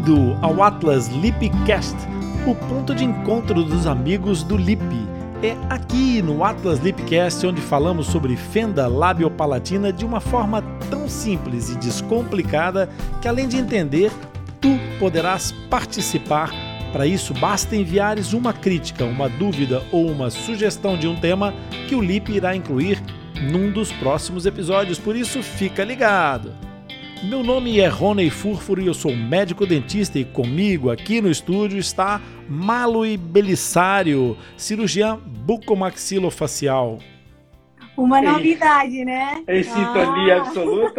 Bem-vindo ao Atlas Lipcast, o ponto de encontro dos amigos do Lip. É aqui no Atlas Lipcast onde falamos sobre fenda labiopalatina de uma forma tão simples e descomplicada que, além de entender, tu poderás participar. Para isso, basta enviares uma crítica, uma dúvida ou uma sugestão de um tema que o Lip irá incluir num dos próximos episódios, por isso fica ligado! Meu nome é Rony Furfuro e eu sou médico dentista, e comigo aqui no estúdio está Malui Belisário, cirurgiã bucomaxilofacial. Uma novidade, né? Em sintonia absoluta.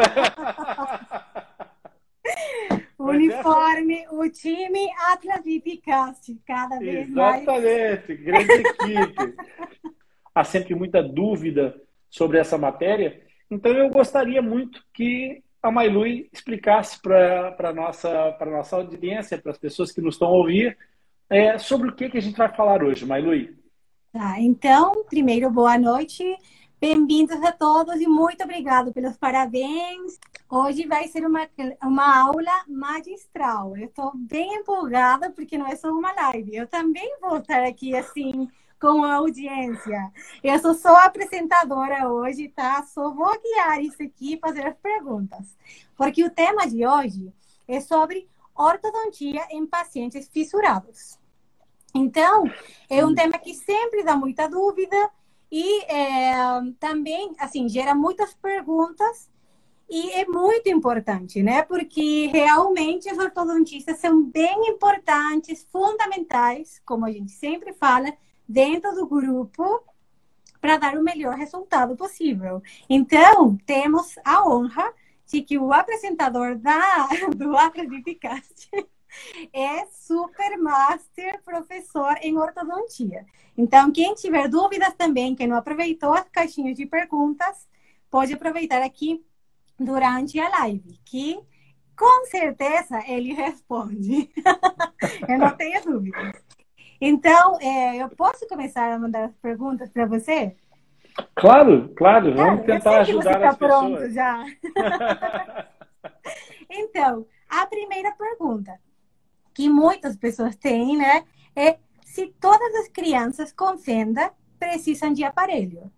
Uniforme, o time Atlas Lipcast, cada vez mais. Exatamente, grande equipe. Há sempre muita dúvida sobre essa matéria, então eu gostaria muito que a Mailui explicasse para a nossa audiência, para as pessoas que nos estão a ouvir, sobre o que a gente vai falar hoje, Mailui. Tá, então, primeiro, boa noite, bem-vindos a todos e muito obrigado pelos parabéns. Hoje vai ser uma aula magistral. Eu estou bem empolgada porque não é só uma live. Eu também vou estar aqui assim com a audiência. Eu sou só apresentadora hoje, tá? Só vou guiar isso aqui e fazer as perguntas. Porque o tema de hoje é sobre ortodontia em pacientes fissurados. Então, é um tema que sempre dá muita dúvida e também, assim, gera muitas perguntas e é muito importante, né? Porque realmente os ortodontistas são bem importantes, fundamentais, como a gente sempre fala, dentro do grupo para dar o melhor resultado possível. Então, temos a honra de que o apresentador do Atlas Lipcast é super master professor em ortodontia. Então, quem tiver dúvidas também, quem não aproveitou as caixinhas de perguntas, pode aproveitar aqui durante a live, que com certeza ele responde. Eu não tenho dúvidas. Então, eu posso começar a mandar as perguntas para você? Claro. Vamos tentar ajudar as pessoas. Pronto já. Então, a primeira pergunta que muitas pessoas têm, né, é se todas as crianças com fenda precisam de aparelho.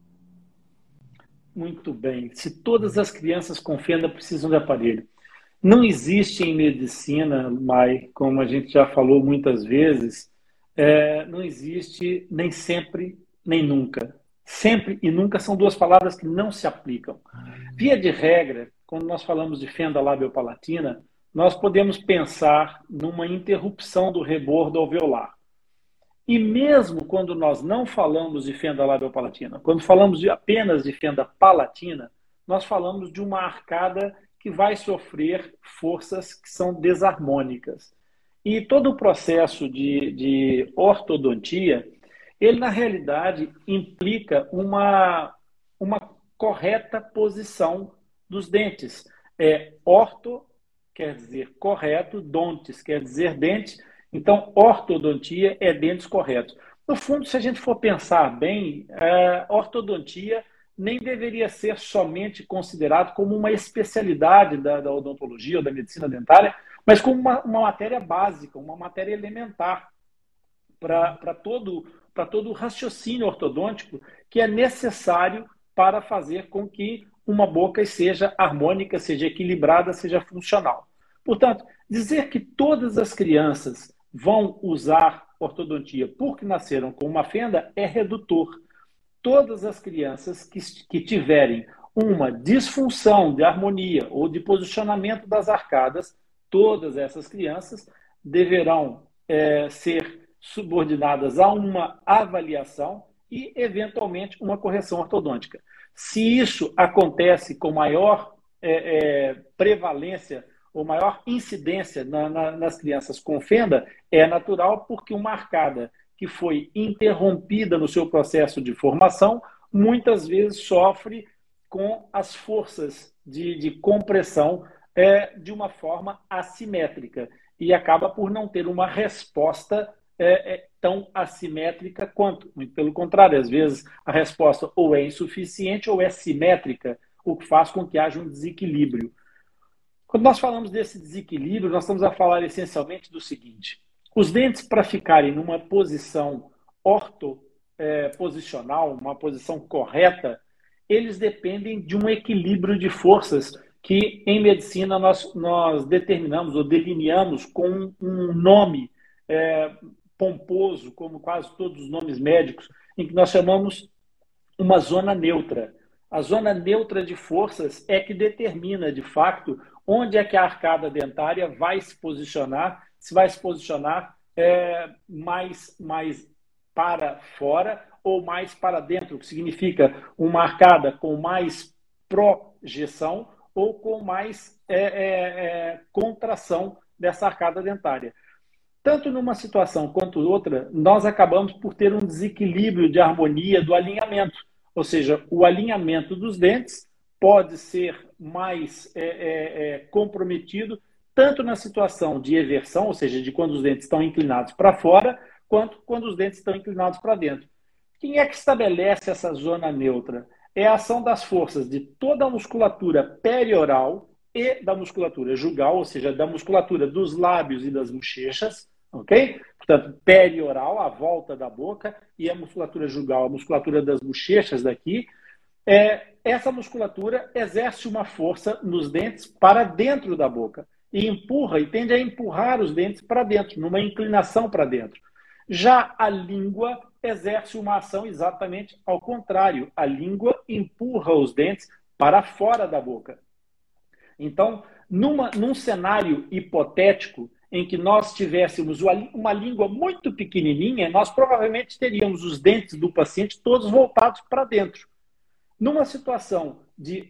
Muito bem. Se todas as crianças com fenda precisam de aparelho. Não existe em medicina, Mai, como a gente já falou muitas vezes, não existe nem sempre, nem nunca. Sempre e nunca são duas palavras que não se aplicam. Via de regra, quando nós falamos de fenda labiopalatina, nós podemos pensar numa interrupção do rebordo alveolar. E mesmo quando nós não falamos de fenda labiopalatina, quando falamos apenas de fenda palatina, nós falamos de uma arcada que vai sofrer forças que são desarmônicas. E todo o processo de ortodontia, ele na realidade implica uma correta posição dos dentes. Orto quer dizer correto, dontes quer dizer dente, então ortodontia é dentes corretos. No fundo, se a gente for pensar bem, a ortodontia nem deveria ser somente considerado como uma especialidade da odontologia ou da medicina dentária, mas como uma matéria básica, uma matéria elementar para todo o raciocínio ortodôntico que é necessário para fazer com que uma boca seja harmônica, seja equilibrada, seja funcional. Portanto, dizer que todas as crianças vão usar ortodontia porque nasceram com uma fenda é redutor. Todas as crianças que tiverem uma disfunção de harmonia ou de posicionamento das arcadas, todas essas crianças deverão ser subordinadas a uma avaliação e, eventualmente, uma correção ortodôntica. Se isso acontece com maior prevalência ou maior incidência nas crianças com fenda, é natural, porque uma arcada que foi interrompida no seu processo de formação, muitas vezes sofre com as forças de compressão de uma forma assimétrica e acaba por não ter uma resposta tão assimétrica quanto. Muito pelo contrário, às vezes a resposta ou é insuficiente ou é simétrica, o que faz com que haja um desequilíbrio. Quando nós falamos desse desequilíbrio, nós estamos a falar essencialmente do seguinte: os dentes, para ficarem numa posição ortoposicional, uma posição correta, eles dependem de um equilíbrio de forças que, em medicina, nós determinamos ou delineamos com um nome pomposo, como quase todos os nomes médicos, em que nós chamamos uma zona neutra. A zona neutra de forças é que determina, de fato, onde é que a arcada dentária vai se posicionar, se vai se posicionar mais para fora ou mais para dentro, que significa uma arcada com mais projeção ou com mais contração dessa arcada dentária. Tanto numa situação quanto outra, nós acabamos por ter um desequilíbrio de harmonia do alinhamento. Ou seja, o alinhamento dos dentes pode ser mais comprometido tanto na situação de eversão, ou seja, de quando os dentes estão inclinados para fora, quanto quando os dentes estão inclinados para dentro. Quem é que estabelece essa zona neutra? É a ação das forças de toda a musculatura perioral e da musculatura jugal, ou seja, da musculatura dos lábios e das bochechas, ok? Portanto, perioral, a volta da boca, e a musculatura jugal, a musculatura das bochechas daqui. Essa musculatura exerce uma força nos dentes para dentro da boca e empurra e tende a empurrar os dentes para dentro, numa inclinação para dentro. Já a língua exerce uma ação exatamente ao contrário. A língua empurra os dentes para fora da boca. Então, num cenário hipotético em que nós tivéssemos uma língua muito pequenininha, nós provavelmente teríamos os dentes do paciente todos voltados para dentro. Numa situação de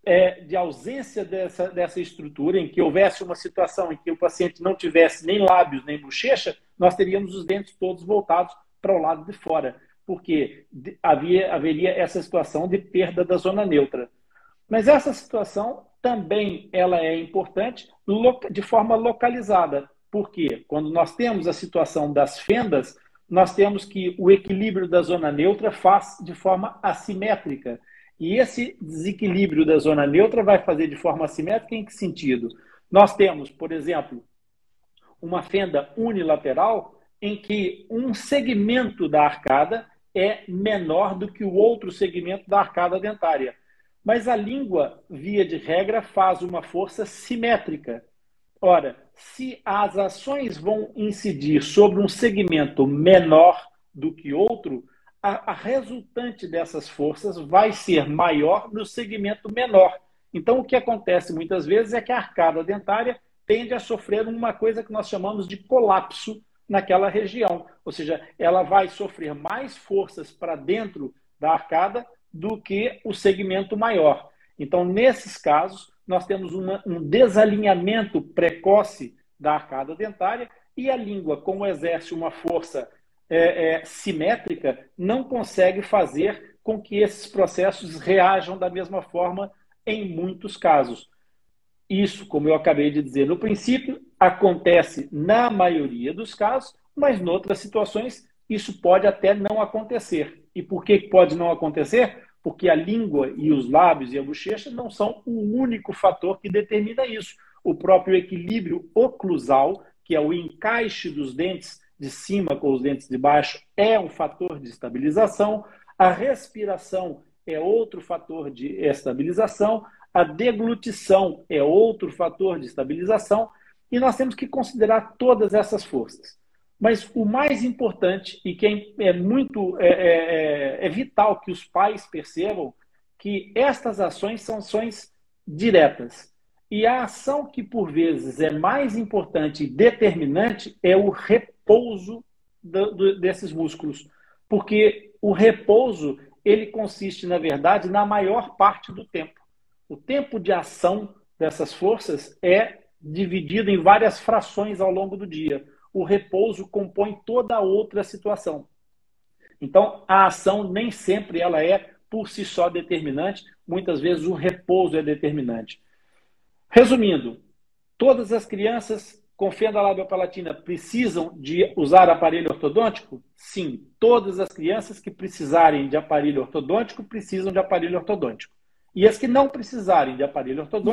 ausência dessa estrutura, em que houvesse uma situação em que o paciente não tivesse nem lábios nem bochecha, nós teríamos os dentes todos voltados para o lado de fora, porque haveria essa situação de perda da zona neutra. Mas essa situação também ela é importante de forma localizada, porque quando nós temos a situação das fendas, nós temos que o equilíbrio da zona neutra faz de forma assimétrica. E esse desequilíbrio da zona neutra vai fazer de forma assimétrica em que sentido? Nós temos, por exemplo, uma fenda unilateral em que um segmento da arcada é menor do que o outro segmento da arcada dentária. Mas a língua, via de regra, faz uma força simétrica. Ora, se as ações vão incidir sobre um segmento menor do que outro, a resultante dessas forças vai ser maior no segmento menor. Então, o que acontece muitas vezes é que a arcada dentária tende a sofrer uma coisa que nós chamamos de colapso naquela região. Ou seja, ela vai sofrer mais forças para dentro da arcada do que o segmento maior. Então, nesses casos, nós temos um desalinhamento precoce da arcada dentária e a língua, como exerce uma força simétrica, não consegue fazer com que esses processos reajam da mesma forma em muitos casos. Isso, como eu acabei de dizer no princípio, acontece na maioria dos casos, mas em outras situações isso pode até não acontecer. E por que pode não acontecer? Porque a língua e os lábios e a bochecha não são o único fator que determina isso. O próprio equilíbrio oclusal, que é o encaixe dos dentes de cima com os dentes de baixo, é um fator de estabilização. A respiração é outro fator de estabilização. A deglutição é outro fator de estabilização. E nós temos que considerar todas essas forças. Mas o mais importante, e que é vital que os pais percebam, que estas ações são ações diretas. E a ação que, por vezes, é mais importante e determinante é o repouso desses músculos. Porque o repouso, ele consiste, na verdade, na maior parte do tempo. O tempo de ação dessas forças é dividido em várias frações ao longo do dia. O repouso compõe toda outra situação. Então, a ação nem sempre ela é por si só determinante, muitas vezes o repouso é determinante. Resumindo, todas as crianças com fenda labiopalatina precisam de usar aparelho ortodôntico? Sim, todas as crianças que precisarem de aparelho ortodôntico precisam de aparelho ortodôntico. E as que não precisarem de aparelho ortodôntico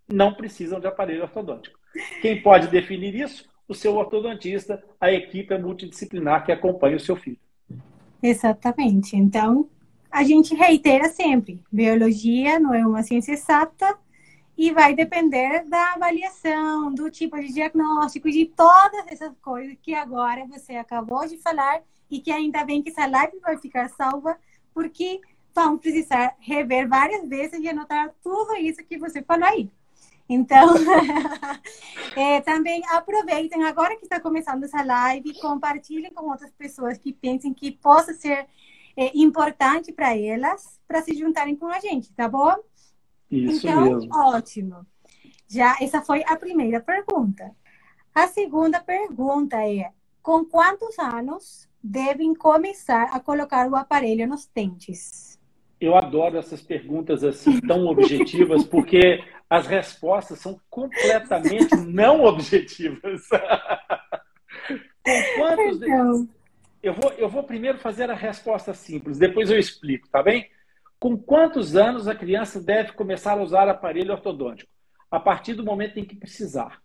não precisam de aparelho ortodôntico. Quem pode definir isso? O seu ortodontista, a equipe multidisciplinar que acompanha o seu filho. Exatamente. Então, a gente reitera sempre, biologia não é uma ciência exata e vai depender da avaliação, do tipo de diagnóstico, de todas essas coisas que agora você acabou de falar e que ainda bem que essa live vai ficar salva, porque vamos precisar rever várias vezes e anotar tudo isso que você falou aí. Então, também aproveitem, agora que está começando essa live, compartilhem com outras pessoas que pensem que possa ser importante para elas, para se juntarem com a gente, tá bom? Isso então, mesmo. Ótimo. Já essa foi a primeira pergunta. A segunda pergunta é: com quantos anos devem começar a colocar o aparelho nos dentes? Eu adoro essas perguntas assim tão objetivas, porque as respostas são completamente não objetivas. Com quantos? Então, eu vou primeiro fazer a resposta simples, depois eu explico, tá bem? Com quantos anos a criança deve começar a usar aparelho ortodôntico? A partir do momento em que precisar.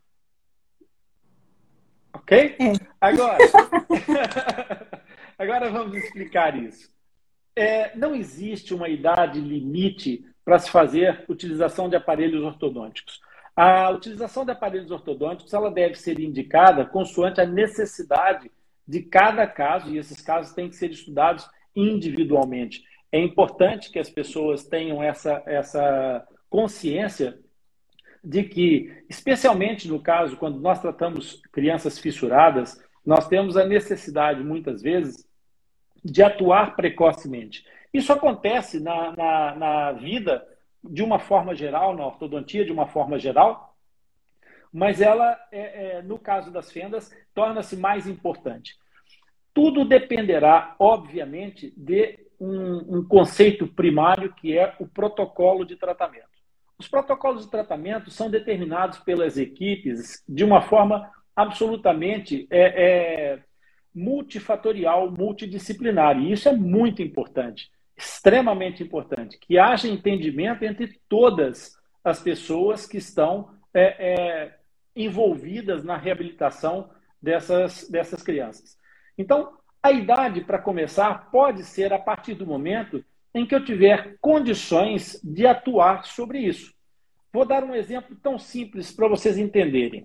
Ok? Agora vamos explicar isso. Não existe uma idade limite para se fazer utilização de aparelhos ortodônticos. A utilização de aparelhos ortodônticos ela deve ser indicada consoante a necessidade de cada caso, e esses casos têm que ser estudados individualmente. É importante que as pessoas tenham essa consciência de que, especialmente no caso, quando nós tratamos crianças fissuradas, nós temos a necessidade, muitas vezes, de atuar precocemente. Isso acontece na vida de uma forma geral, na ortodontia de uma forma geral, mas ela, no caso das fendas, torna-se mais importante. Tudo dependerá, obviamente, de um conceito primário que é o protocolo de tratamento. Os protocolos de tratamento são determinados pelas equipes de uma forma absolutamente multifatorial, multidisciplinar. E isso é muito importante, extremamente importante, que haja entendimento entre todas as pessoas que estão envolvidas na reabilitação dessas crianças. Então, a idade para começar pode ser a partir do momento em que eu tiver condições de atuar sobre isso. Vou dar um exemplo tão simples para vocês entenderem.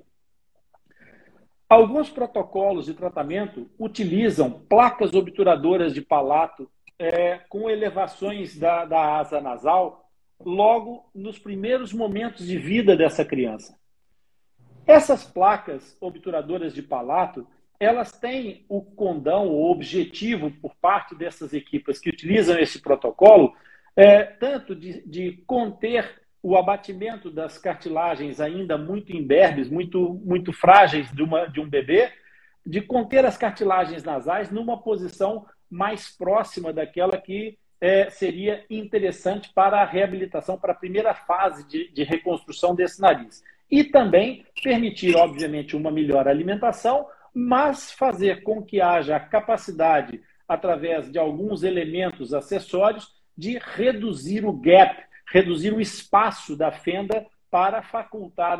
Alguns protocolos de tratamento utilizam placas obturadoras de palato com elevações da asa nasal logo nos primeiros momentos de vida dessa criança. Essas placas obturadoras de palato, elas têm o condão, o objetivo por parte dessas equipes que utilizam esse protocolo, tanto de conter o abatimento das cartilagens ainda muito imberbes, muito frágeis de um bebê, de conter as cartilagens nasais numa posição mais próxima daquela que seria interessante para a reabilitação, para a primeira fase de reconstrução desse nariz. E também permitir, obviamente, uma melhor alimentação, mas fazer com que haja a capacidade, através de alguns elementos acessórios, de reduzir o gap, reduzir o espaço da fenda para facultar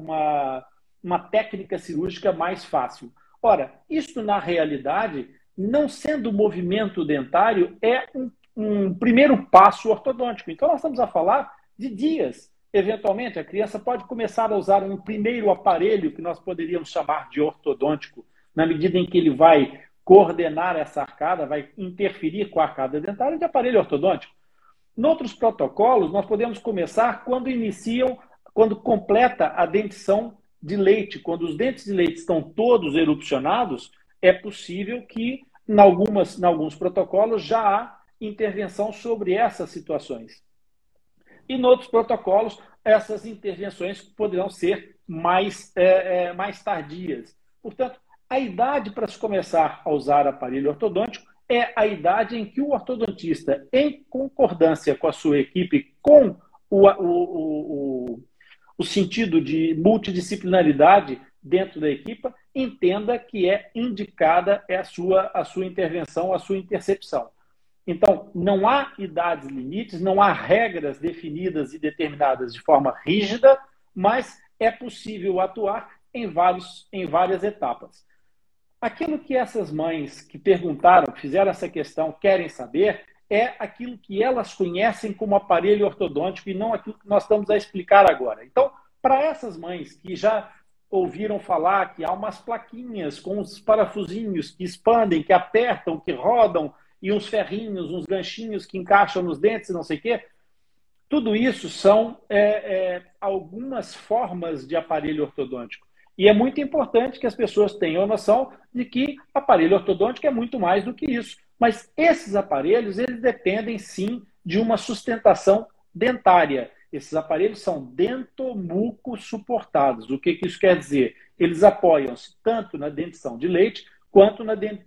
uma técnica cirúrgica mais fácil. Ora, isso na realidade, não sendo movimento dentário, é um primeiro passo ortodôntico. Então, nós estamos a falar de dias. Eventualmente, a criança pode começar a usar um primeiro aparelho que nós poderíamos chamar de ortodôntico, na medida em que ele vai coordenar essa arcada, vai interferir com a arcada dentária de aparelho ortodôntico. Noutros protocolos, nós podemos começar quando completa a dentição de leite. Quando os dentes de leite estão todos erupcionados, é possível que, em alguns protocolos, já há intervenção sobre essas situações. E, em outros protocolos, essas intervenções poderão ser mais tardias. Portanto, a idade para se começar a usar aparelho ortodôntico é a idade em que o ortodontista, em concordância com a sua equipe, com o sentido de multidisciplinaridade dentro da equipe, entenda que é indicada a sua intervenção, a sua intercepção. Então, não há idades limites, não há regras definidas e determinadas de forma rígida mas é possível atuar em várias etapas. Aquilo que essas mães que perguntaram, que fizeram essa questão, querem saber é aquilo que elas conhecem como aparelho ortodôntico e não aquilo que nós estamos a explicar agora. Então, para essas mães que já ouviram falar que há umas plaquinhas com uns parafusinhos que expandem, que apertam, que rodam, e uns ferrinhos, uns ganchinhos que encaixam nos dentes, não sei o quê, tudo isso são algumas formas de aparelho ortodôntico. E é muito importante que as pessoas tenham noção de que aparelho ortodôntico é muito mais do que isso. Mas esses aparelhos, eles dependem, sim, de uma sustentação dentária. Esses aparelhos são dentomuco-suportados. O que isso quer dizer? Eles apoiam-se tanto na dentição de leite quanto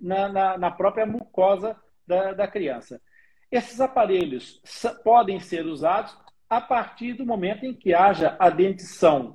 na própria mucosa da criança. Esses aparelhos podem ser usados a partir do momento em que haja a dentição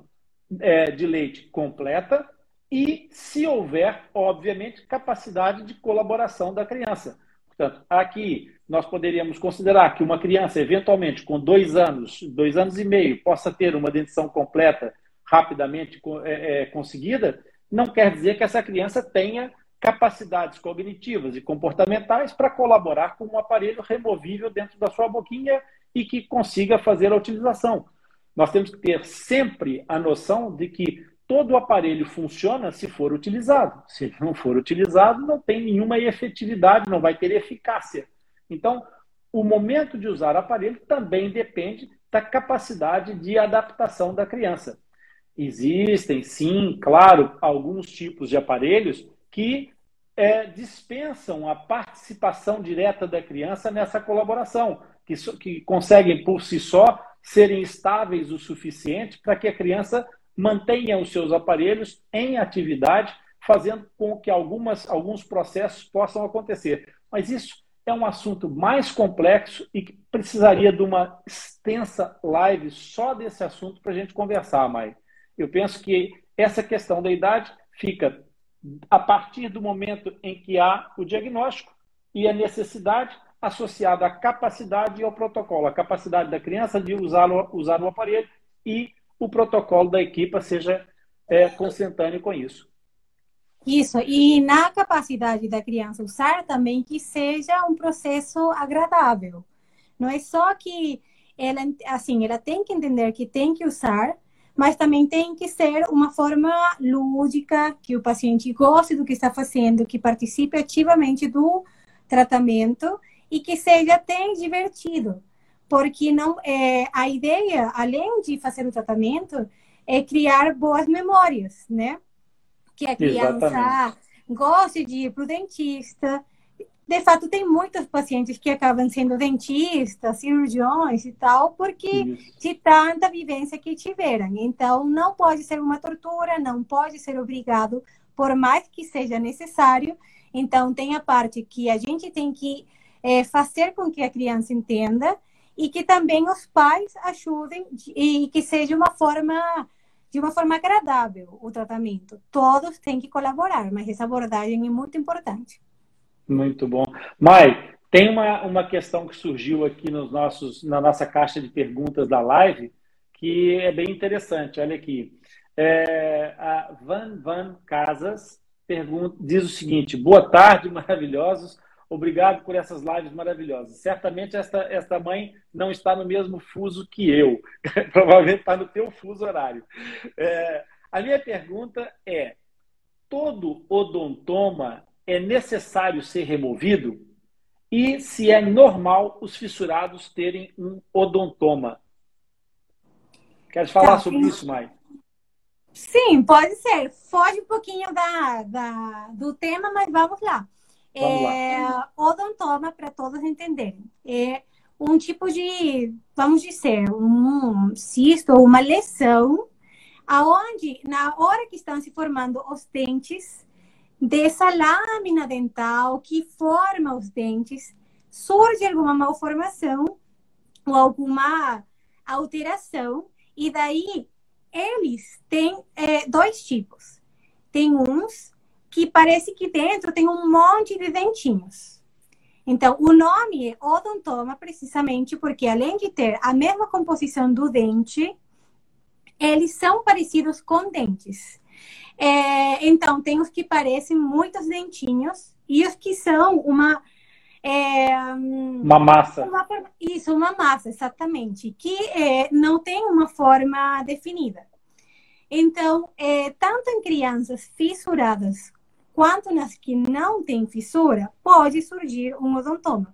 de leite completa e se houver, obviamente, capacidade de colaboração da criança. Portanto, aqui nós poderíamos considerar que uma criança, eventualmente, com 2 anos, 2 anos e meio, possa ter uma dentição completa rapidamente conseguida, não quer dizer que essa criança tenha capacidades cognitivas e comportamentais para colaborar com um aparelho removível dentro da sua boquinha e que consiga fazer a utilização. Nós temos que ter sempre a noção de que todo o aparelho funciona se for utilizado. Se ele não for utilizado, não tem nenhuma efetividade, não vai ter eficácia. Então, o momento de usar o aparelho também depende da capacidade de adaptação da criança. Existem, sim, claro, alguns tipos de aparelhos que dispensam a participação direta da criança nessa colaboração, que conseguem, por si só, serem estáveis o suficiente para que a criança mantenha os seus aparelhos em atividade, fazendo com que alguns processos possam acontecer. Mas isso é um assunto mais complexo e que precisaria de uma extensa live só desse assunto para a gente conversar, Mai. Eu penso que essa questão da idade fica a partir do momento em que há o diagnóstico e a necessidade associada à capacidade e ao protocolo. A capacidade da criança de usar o aparelho e o protocolo da equipa seja consentâneo com isso. Isso, e na capacidade da criança usar também que seja um processo agradável. Não é só que ela tem que entender que tem que usar, mas também tem que ser uma forma lúdica, que o paciente goste do que está fazendo, que participe ativamente do tratamento e que seja até divertido. Porque a ideia, além de fazer o tratamento, é criar boas memórias, né? Que a criança goste de ir para o dentista. De fato, tem muitos pacientes que acabam sendo dentistas, cirurgiões e tal, porque de tanta vivência que tiveram. Então, não pode ser uma tortura, não pode ser obrigado, por mais que seja necessário. Então, tem a parte que a gente tem que fazer com que a criança entenda e que também os pais ajudem e que seja de uma forma agradável o tratamento. Todos têm que colaborar, mas essa abordagem é muito importante. Muito bom. Mai, tem uma questão que surgiu aqui na nossa caixa de perguntas da live, que é bem interessante. Olha aqui. A Van Casas diz o seguinte: boa tarde, maravilhosos. Obrigado por essas lives maravilhosas. Certamente esta mãe não está no mesmo fuso que eu. Provavelmente está no teu fuso horário. A minha pergunta é: todo odontoma é necessário ser removido? E se é normal os fissurados terem um odontoma? Queres falar sobre isso, Mai? Sim, pode ser. Foge um pouquinho do tema, mas vamos lá. Odontoma, para todos entenderem, é um tipo de, vamos dizer, um cisto ou uma lesão, aonde, na hora que estão se formando os dentes, dessa lâmina dental que forma os dentes, surge alguma malformação ou alguma alteração, e daí eles têm 2 tipos. Tem uns que parece que dentro tem um monte de dentinhos. Então, o nome é odontoma precisamente porque, além de ter a mesma composição do dente, eles são parecidos com dentes. Então, tem os que parecem muitos dentinhos e os que são uma massa. Isso, uma massa, exatamente, que não tem uma forma definida. Então, tanto em crianças fissuradas quanto nas que não têm fissura, pode surgir um odontoma.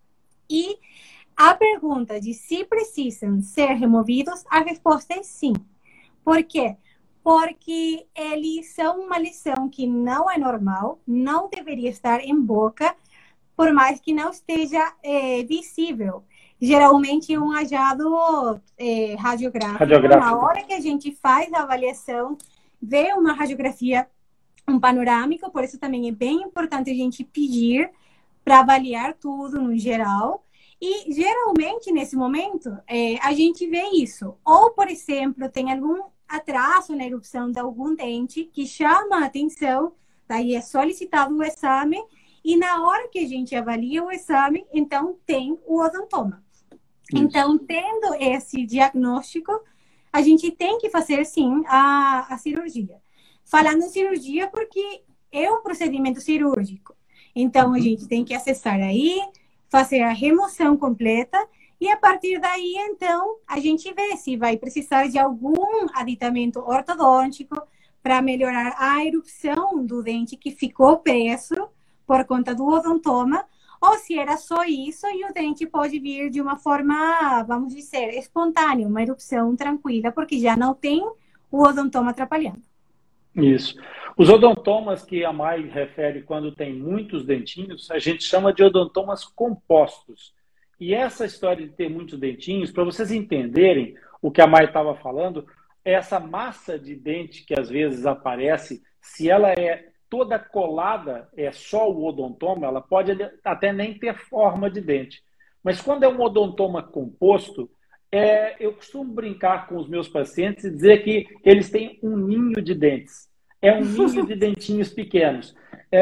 E a pergunta de se precisam ser removidos, a resposta é sim. Por quê? Porque eles são uma lesão que não é normal, não deveria estar em boca, por mais que não esteja visível. Geralmente, um achado radiográfico, na hora que a gente faz a avaliação, vê uma radiografia, um panorâmico, por isso também é bem importante a gente pedir para avaliar tudo no geral. E, geralmente, nesse momento, a gente vê isso. Ou, por exemplo, tem algum atraso na erupção de algum dente que chama a atenção, daí é solicitado o exame, e na hora que a gente avalia o exame, então tem o odontoma. Isso. Então, tendo esse diagnóstico, a gente tem que fazer, sim, a cirurgia. Falando em cirurgia, porque é um procedimento cirúrgico. Então, a gente tem que acessar aí, fazer a remoção completa, e a partir daí, então, a gente vê se vai precisar de algum aditamento ortodôntico para melhorar a erupção do dente que ficou preso por conta do odontoma, ou se era só isso e o dente pode vir de uma forma, vamos dizer, espontânea, uma erupção tranquila, porque já não tem o odontoma atrapalhando. Isso. Os odontomas que a Mai refere quando tem muitos dentinhos, a gente chama de odontomas compostos. E essa história de ter muitos dentinhos, para vocês entenderem o que a Mai estava falando, essa massa de dente que às vezes aparece, se ela é toda colada, é só o odontoma, ela pode até nem ter forma de dente. Mas quando é um odontoma composto, eu costumo brincar com os meus pacientes e dizer que eles têm um ninho de dentes. É um ninho de dentinhos pequenos.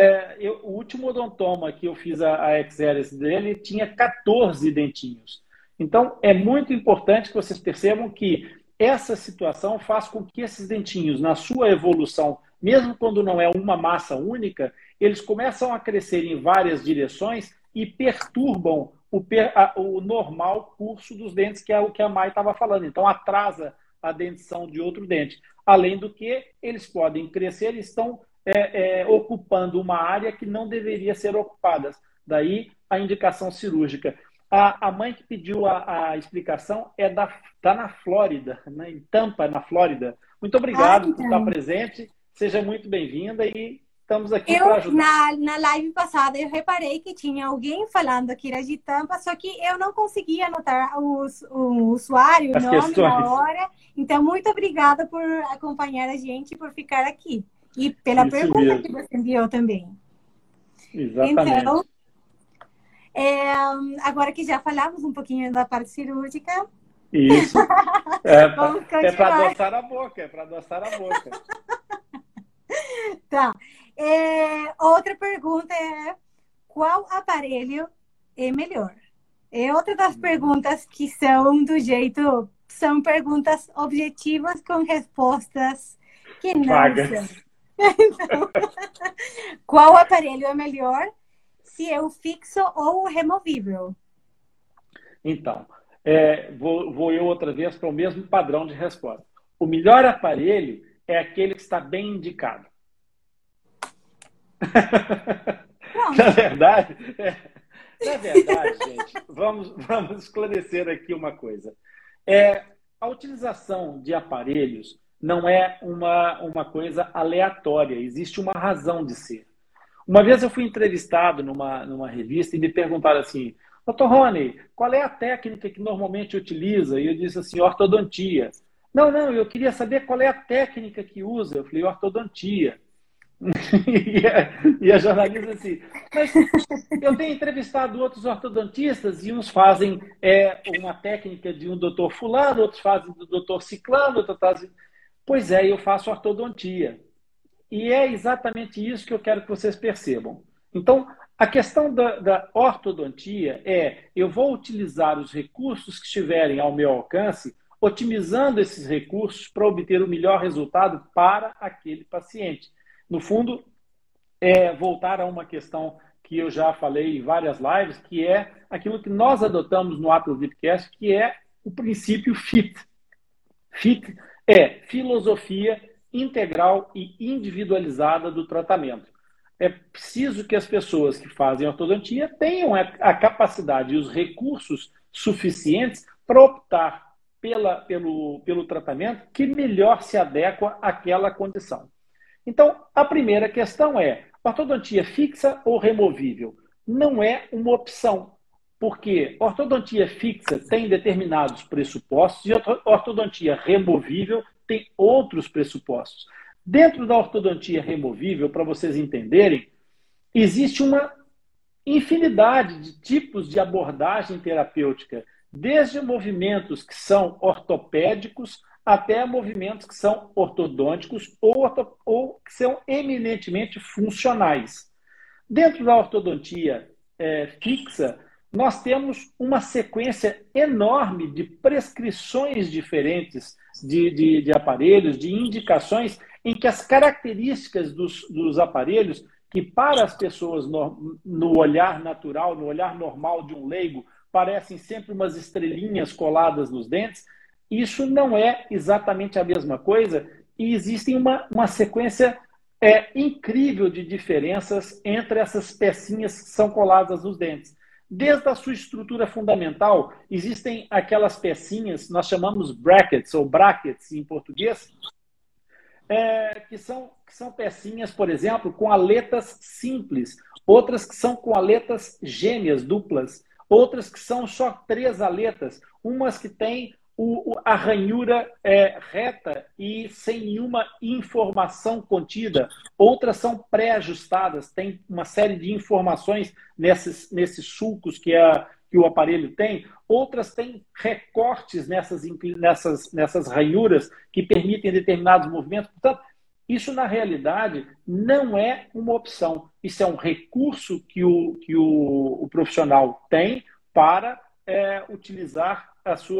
O último odontoma que eu fiz a Exeris dele tinha 14 dentinhos. Então, é muito importante que vocês percebam que essa situação faz com que esses dentinhos, na sua evolução, mesmo quando não é uma massa única, eles começam a crescer em várias direções e perturbam o normal curso dos dentes, que é o que a Mai estava falando. Então, atrasa a dentição de outro dente. Além do que, eles podem crescer e estão ocupando uma área que não deveria ser ocupada. Daí, a indicação cirúrgica. A mãe que pediu a explicação está na Flórida, né? Em Tampa, na Flórida. Muito obrigado por estar presente. Seja muito bem-vinda e estamos aqui para ajudar. Na live passada, eu reparei que tinha alguém falando que era de Tampa, só que eu não conseguia anotar o usuário, o nome, a hora. Então, muito obrigada por acompanhar a gente, por ficar aqui. E pela pergunta que você enviou também. Exatamente. Então, agora que já falamos um pouquinho da parte cirúrgica... Isso. É para adoçar a boca, Tá. Outra pergunta é: qual aparelho é melhor? É outra das perguntas que são perguntas objetivas com respostas que não são. Então, qual aparelho é melhor? Se é o fixo ou o removível? Então, vou eu outra vez para o mesmo padrão de resposta. O melhor aparelho é aquele que está bem indicado. Na verdade, gente, vamos esclarecer aqui uma coisa. A utilização de aparelhos não é uma coisa aleatória, existe uma razão de ser. Uma vez eu fui entrevistado numa revista e me perguntaram assim: Dr. Rony, qual é a técnica que normalmente utiliza? E eu disse assim: ortodontia. Não, eu queria saber qual é a técnica que usa. Eu falei: ortodontia. E a jornalista assim: mas eu tenho entrevistado outros ortodontistas e uns fazem uma técnica de um doutor fulano, outros fazem do doutor ciclano, outros fazem... Pois é, eu faço ortodontia. E é exatamente isso que eu quero que vocês percebam. Então, a questão da ortodontia eu vou utilizar os recursos que estiverem ao meu alcance, otimizando esses recursos para obter o melhor resultado para aquele paciente. No fundo, voltar a uma questão que eu já falei em várias lives, que é aquilo que nós adotamos no Atlas Lipcast, que é o princípio FIT. FIT é filosofia integral e individualizada do tratamento. É preciso que as pessoas que fazem ortodontia tenham a capacidade e os recursos suficientes para optar pelo tratamento que melhor se adequa àquela condição. Então, a primeira questão é: ortodontia fixa ou removível? Não é uma opção, porque ortodontia fixa tem determinados pressupostos e ortodontia removível tem outros pressupostos. Dentro da ortodontia removível, para vocês entenderem, existe uma infinidade de tipos de abordagem terapêutica, desde movimentos que são ortopédicos até movimentos que são ortodônticos ou que são eminentemente funcionais. Dentro da ortodontia fixa, nós temos uma sequência enorme de prescrições diferentes de aparelhos, de indicações, em que as características dos aparelhos, que para as pessoas no olhar natural, no olhar normal de um leigo, parecem sempre umas estrelinhas coladas nos dentes, isso não é exatamente a mesma coisa, e existe uma sequência incrível de diferenças entre essas pecinhas que são coladas nos dentes. Desde a sua estrutura fundamental, existem aquelas pecinhas, nós chamamos brackets, ou brackets em português, que são pecinhas, por exemplo, com aletas simples, outras que são com aletas gêmeas, duplas, outras que são só 3 aletas, umas que têm a ranhura reta e sem nenhuma informação contida, outras são pré-ajustadas, tem uma série de informações nesses sulcos que o aparelho tem, outras têm recortes nessas ranhuras que permitem determinados movimentos. Portanto, isso na realidade não é uma opção, isso é um recurso que o profissional tem para utilizar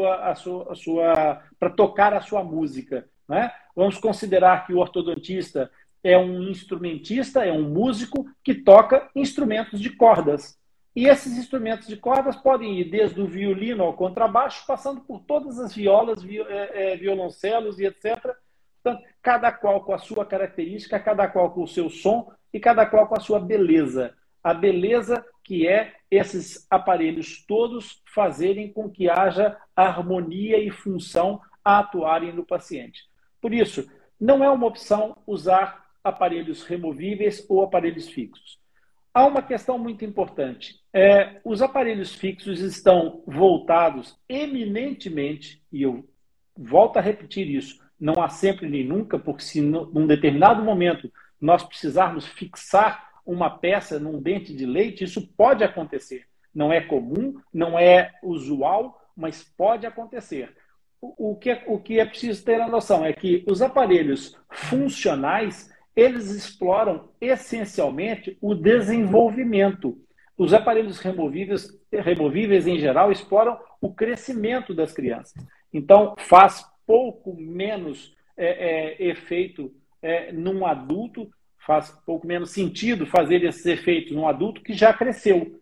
para tocar a sua música, né? Vamos considerar que o ortodontista é um instrumentista, é um músico que toca instrumentos de cordas. E esses instrumentos de cordas podem ir desde o violino ao contrabaixo, passando por todas as violas, violoncelos e etc. Portanto, cada qual com a sua característica, cada qual com o seu som e cada qual com a sua beleza. A beleza que é esses aparelhos todos fazerem com que haja harmonia e função a atuarem no paciente. Por isso, não é uma opção usar aparelhos removíveis ou aparelhos fixos. Há uma questão muito importante. Os aparelhos fixos estão voltados eminentemente, e eu volto a repetir isso, não há sempre nem nunca, porque se num determinado momento nós precisarmos fixar uma peça num dente de leite, isso pode acontecer. Não é comum, não é usual, mas pode acontecer. O que é preciso ter a noção é que os aparelhos funcionais, eles exploram essencialmente o desenvolvimento. Os aparelhos removíveis em geral, exploram o crescimento das crianças. Então, faz pouco menos efeito num adulto, faz pouco menos sentido fazer esses efeitos num adulto que já cresceu.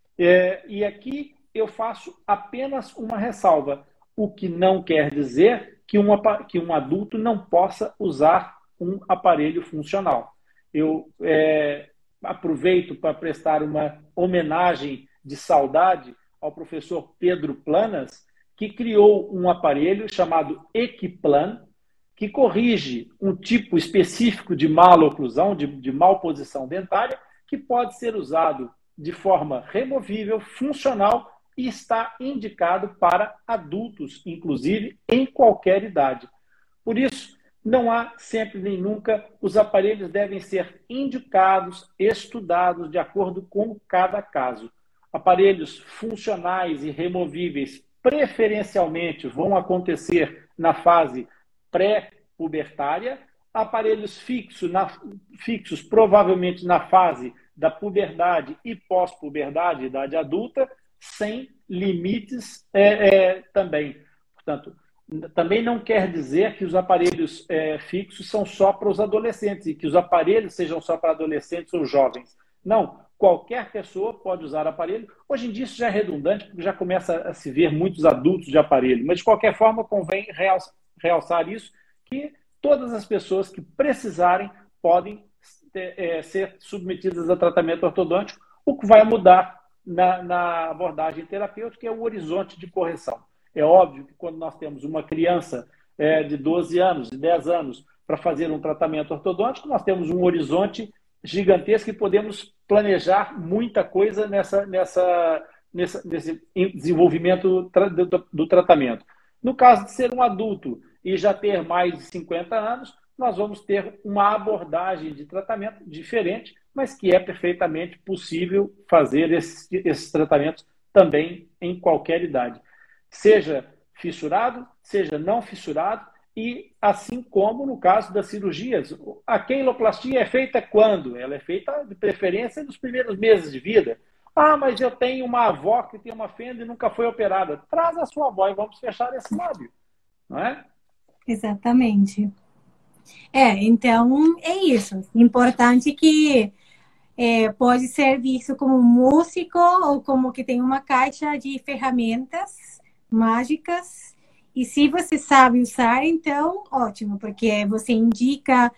E aqui eu faço apenas uma ressalva, o que não quer dizer que um adulto não possa usar um aparelho funcional. Eu aproveito para prestar uma homenagem de saudade ao professor Pedro Planas, que criou um aparelho chamado Equiplan, que corrige um tipo específico de maloclusão, de malposição dentária, que pode ser usado de forma removível, funcional e está indicado para adultos, inclusive em qualquer idade. Por isso, não há sempre nem nunca, os aparelhos devem ser indicados, estudados de acordo com cada caso. Aparelhos funcionais e removíveis preferencialmente vão acontecer na fase pré-pubertária, aparelhos fixos provavelmente na fase da puberdade e pós-puberdade, idade adulta, sem limites também. Portanto, também não quer dizer que os aparelhos fixos são só para os adolescentes e que os aparelhos sejam só para adolescentes ou jovens. Não, qualquer pessoa pode usar aparelho. Hoje em dia isso já é redundante, porque já começa a se ver muitos adultos de aparelho, mas de qualquer forma convém realçar isso, que todas as pessoas que precisarem podem ser submetidas a tratamento ortodôntico, o que vai mudar na abordagem terapêutica é o horizonte de correção. É óbvio que quando nós temos uma criança de 12 anos, de 10 anos, para fazer um tratamento ortodôntico, nós temos um horizonte gigantesco e podemos planejar muita coisa nesse desenvolvimento do tratamento. No caso de ser um adulto e já ter mais de 50 anos, nós vamos ter uma abordagem de tratamento diferente, mas que é perfeitamente possível fazer esses tratamentos também em qualquer idade. Seja fissurado, seja não fissurado, e assim como no caso das cirurgias. A queiloplastia é feita quando? Ela é feita de preferência nos primeiros meses de vida. Ah, mas eu tenho uma avó que tem uma fenda e nunca foi operada. Traz a sua avó e vamos fechar esse lábio, não é? Exatamente. Então é isso. Importante que pode ser visto como músico ou como que tem uma caixa de ferramentas mágicas. E se você sabe usar, então ótimo, porque você indica,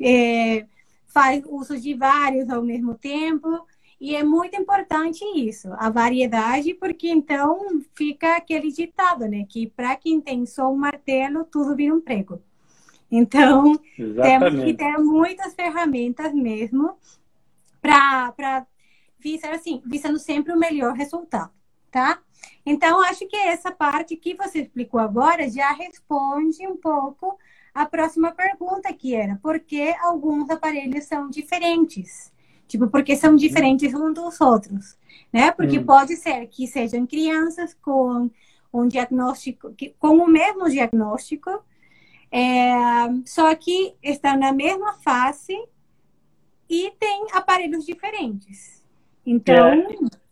faz uso de vários ao mesmo tempo. E é muito importante isso, a variedade, porque então fica aquele ditado, né? Que para quem tem só um martelo, tudo vira um prego. Então, temos que ter muitas ferramentas mesmo para visando sempre o melhor resultado, tá? Então, acho que essa parte que você explicou agora já responde um pouco a próxima pergunta, que era por que alguns aparelhos são diferentes? Tipo, porque são diferentes uns dos outros, né? Porque pode ser que sejam crianças com um diagnóstico, com o mesmo diagnóstico, só que estão na mesma fase e têm aparelhos diferentes. Então...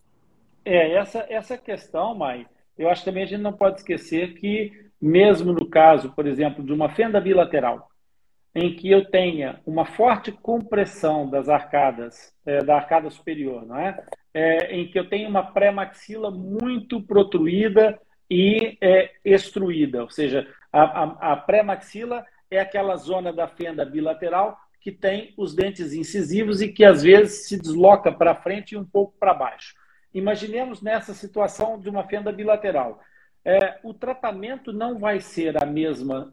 Essa questão, Mai, eu acho que também a gente não pode esquecer que, mesmo no caso, por exemplo, de uma fenda bilateral, em que eu tenha uma forte compressão das arcadas, da arcada superior, não é? Em que eu tenha uma pré-maxila muito protruída e extruída, ou seja, a pré-maxila é aquela zona da fenda bilateral que tem os dentes incisivos e que às vezes se desloca para frente e um pouco para baixo. Imaginemos nessa situação de uma fenda bilateral. O tratamento não vai ser a mesma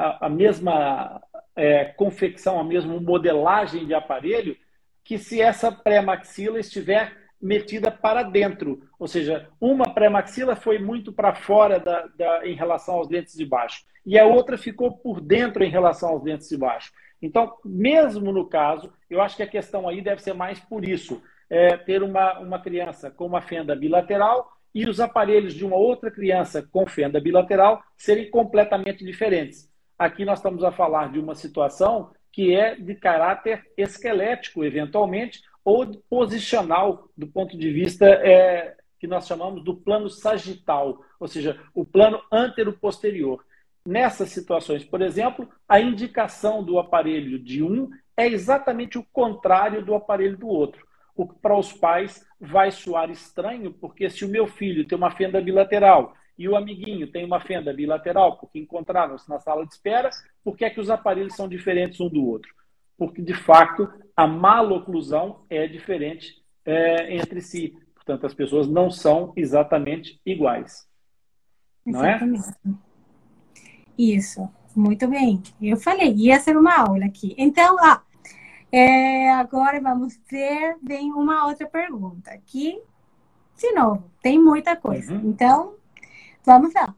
confecção, a mesma modelagem de aparelho que se essa pré-maxila estiver metida para dentro. Ou seja, uma pré-maxila foi muito para fora em relação aos dentes de baixo e a outra ficou por dentro em relação aos dentes de baixo. Então, mesmo no caso, eu acho que a questão aí deve ser mais por isso. Ter uma criança com uma fenda bilateral e os aparelhos de uma outra criança com fenda bilateral serem completamente diferentes. Aqui nós estamos a falar de uma situação que é de caráter esquelético, eventualmente, ou posicional, do ponto de vista que nós chamamos do plano sagital, ou seja, o plano antero-posterior. Nessas situações, por exemplo, a indicação do aparelho de um é exatamente o contrário do aparelho do outro. O que para os pais vai soar estranho, porque se o meu filho tem uma fenda bilateral e o amiguinho tem uma fenda bilateral, porque encontraram-se na sala de espera, por que é que os aparelhos são diferentes um do outro? Porque, de fato, a maloclusão é diferente entre si. Portanto, as pessoas não são exatamente iguais. Não é? Isso, muito bem. Eu falei, ia ser uma aula aqui. Então, agora vamos ver, vem uma outra pergunta. Aqui, de novo, tem muita coisa. Então, vamos lá.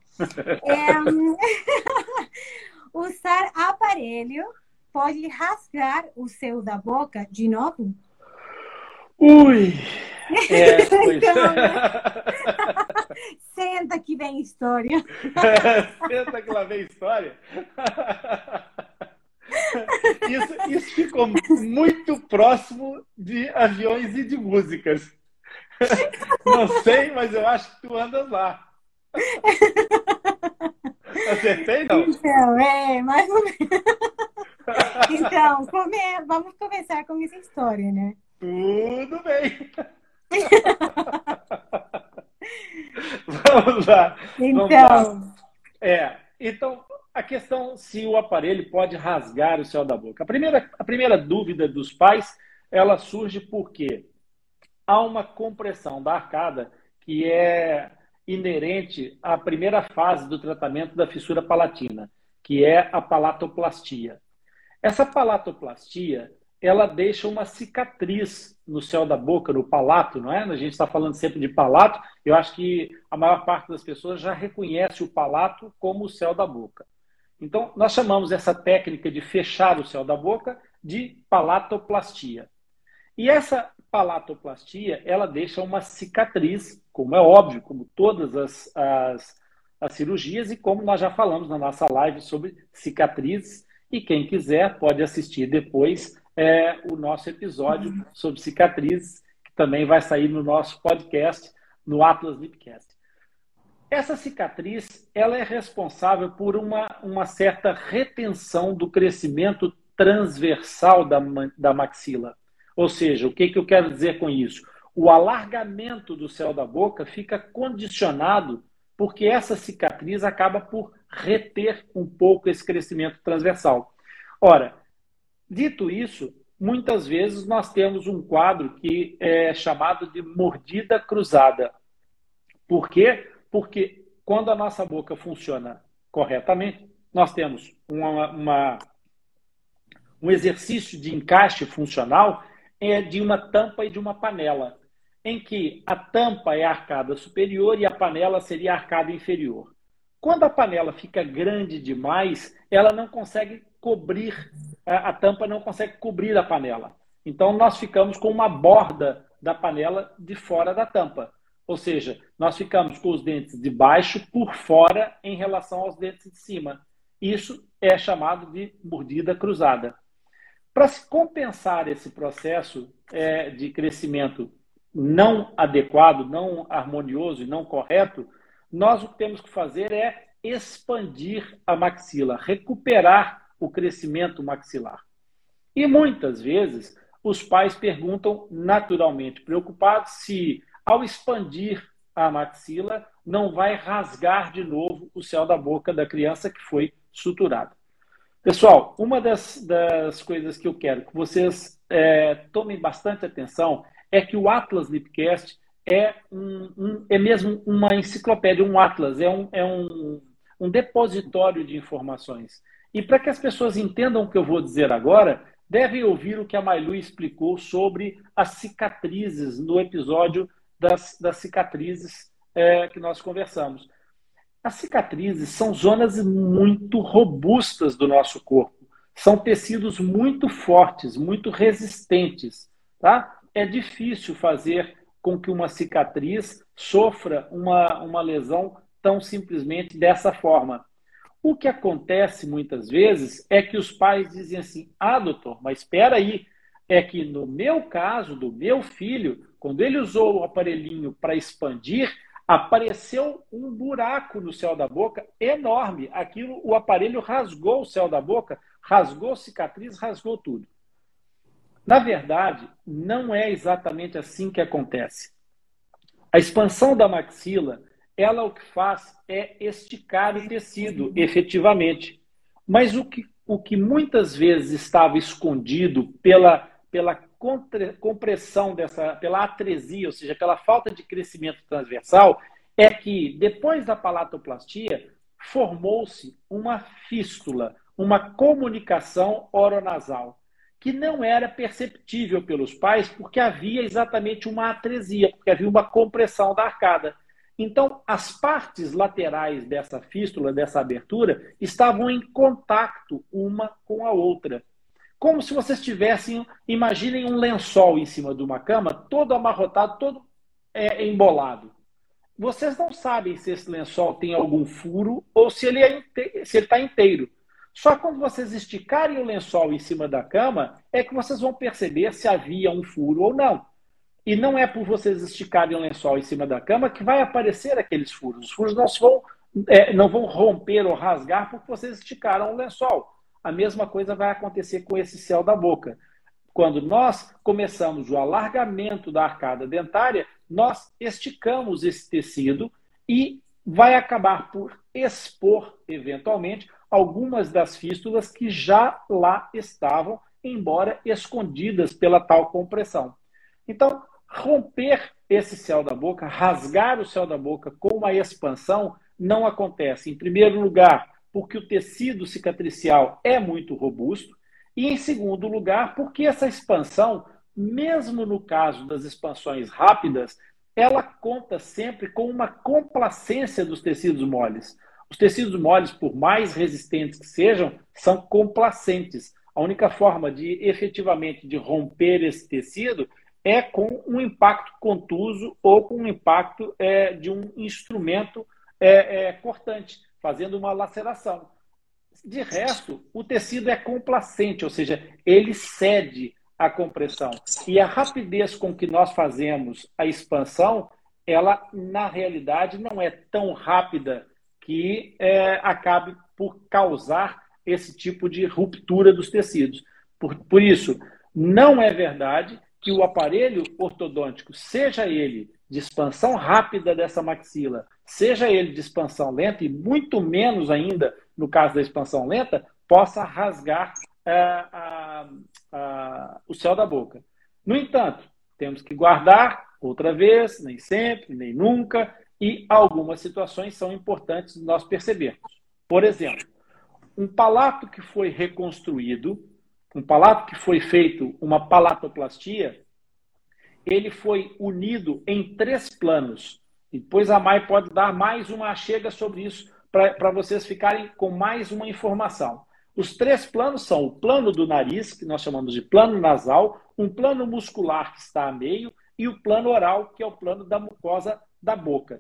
Usar aparelho pode rasgar o céu da boca de novo? Ui! Então, senta que vem história. Senta que lá vem história. Isso ficou muito próximo de aviões e de músicas. Não sei, mas eu acho que tu andas lá. Acertei, não? Então, mais ou menos. Então, vamos começar com essa história, né? Tudo bem. Vamos lá. Vamos lá. Então, Então, a questão se o aparelho pode rasgar o céu da boca. A primeira dúvida dos pais, ela surge porque há uma compressão da arcada que é inerente à primeira fase do tratamento da fissura palatina, que é a palatoplastia. Essa palatoplastia, ela deixa uma cicatriz no céu da boca, no palato, não é? A gente está falando sempre de palato, eu acho que a maior parte das pessoas já reconhece o palato como o céu da boca. Então, nós chamamos essa técnica de fechar o céu da boca de palatoplastia. E essa palatoplastia, ela deixa uma cicatriz, como é óbvio, como todas as cirurgias, e como nós já falamos na nossa live sobre cicatrizes, e quem quiser pode assistir depois o nosso episódio sobre cicatrizes, que também vai sair no nosso podcast, no Atlas Lipcast. Essa cicatriz, ela é responsável por uma certa retenção do crescimento transversal da maxila. Ou seja, o que eu quero dizer com isso? O alargamento do céu da boca fica condicionado porque essa cicatriz acaba por reter um pouco esse crescimento transversal. Ora, dito isso, muitas vezes nós temos um quadro que é chamado de mordida cruzada. Por quê? Porque quando a nossa boca funciona corretamente, nós temos um exercício de encaixe funcional de uma tampa e de uma panela, em que a tampa é a arcada superior e a panela seria a arcada inferior. Quando a panela fica grande demais, ela não consegue cobrir, a tampa não consegue cobrir a panela. Então, nós ficamos com uma borda da panela de fora da tampa. Ou seja, nós ficamos com os dentes de baixo por fora em relação aos dentes de cima. Isso é chamado de mordida cruzada. Para se compensar esse processo de crescimento não adequado, não harmonioso e não correto, nós o que temos que fazer é expandir a maxila, recuperar o crescimento maxilar. E muitas vezes os pais perguntam naturalmente preocupados se ao expandir a maxila não vai rasgar de novo o céu da boca da criança que foi suturado. Pessoal, uma das coisas que eu quero que vocês tomem bastante atenção é que o Atlas Lipcast é mesmo uma enciclopédia, um atlas, é um depositório de informações. E para que as pessoas entendam o que eu vou dizer agora, devem ouvir o que a Mailu explicou sobre as cicatrizes no episódio das cicatrizes que nós conversamos. As cicatrizes são zonas muito robustas do nosso corpo. São tecidos muito fortes, muito resistentes. Tá? É difícil fazer com que uma cicatriz sofra uma lesão tão simplesmente dessa forma. O que acontece muitas vezes é que os pais dizem assim: ah, doutor, mas espera aí, é que no meu caso, do meu filho, quando ele usou o aparelhinho para expandir, apareceu um buraco no céu da boca enorme. Aquilo, o aparelho rasgou o céu da boca, rasgou cicatriz, rasgou tudo. Na verdade, não é exatamente assim que acontece. A expansão da maxila, ela o que faz é esticar o tecido, efetivamente. Mas o que muitas vezes estava escondido pela compressão pela atresia, ou seja, pela falta de crescimento transversal, é que depois da palatoplastia formou-se uma fístula, uma comunicação oronasal, que não era perceptível pelos pais porque havia exatamente uma atresia, porque havia uma compressão da arcada. Então, as partes laterais dessa fístula, dessa abertura, estavam em contato uma com a outra. Como se vocês tivessem, imaginem um lençol em cima de uma cama, todo amarrotado, todo embolado. Vocês não sabem se esse lençol tem algum furo ou se ele está inteiro. Só quando vocês esticarem o lençol em cima da cama é que vocês vão perceber se havia um furo ou não. E não é por vocês esticarem o lençol em cima da cama que vai aparecer aqueles furos. Os furos não vão romper ou rasgar porque vocês esticaram o lençol. A mesma coisa vai acontecer com esse céu da boca. Quando nós começamos o alargamento da arcada dentária, nós esticamos esse tecido e vai acabar por expor, eventualmente, algumas das fístulas que já lá estavam, embora escondidas pela tal compressão. Então, romper esse céu da boca, rasgar o céu da boca com uma expansão, não acontece. Em primeiro lugar, porque o tecido cicatricial é muito robusto, e em segundo lugar, porque essa expansão, mesmo no caso das expansões rápidas, ela conta sempre com uma complacência dos tecidos moles. Os tecidos moles, por mais resistentes que sejam, são complacentes. A única forma de efetivamente de romper esse tecido é com um impacto contuso ou com um impacto de um instrumento cortante, fazendo uma laceração. De resto, o tecido é complacente, ou seja, ele cede à compressão. E a rapidez com que nós fazemos a expansão, ela, na realidade, não é tão rápida que acabe por causar esse tipo de ruptura dos tecidos. Por isso, não é verdade que o aparelho ortodôntico, seja ele de expansão rápida dessa maxila, seja ele de expansão lenta, e muito menos ainda no caso da expansão lenta, possa rasgar o céu da boca. No entanto, temos que guardar outra vez, nem sempre, nem nunca, e algumas situações são importantes nós percebermos. Por exemplo, um palato que foi reconstruído, um palato que foi feito uma palatoplastia, ele foi unido em 3 planos. E depois a Mai pode dar mais uma chega sobre isso para vocês ficarem com mais uma informação. Os 3 planos são o plano do nariz, que nós chamamos de plano nasal, um plano muscular que está a meio e o plano oral, que é o plano da mucosa da boca.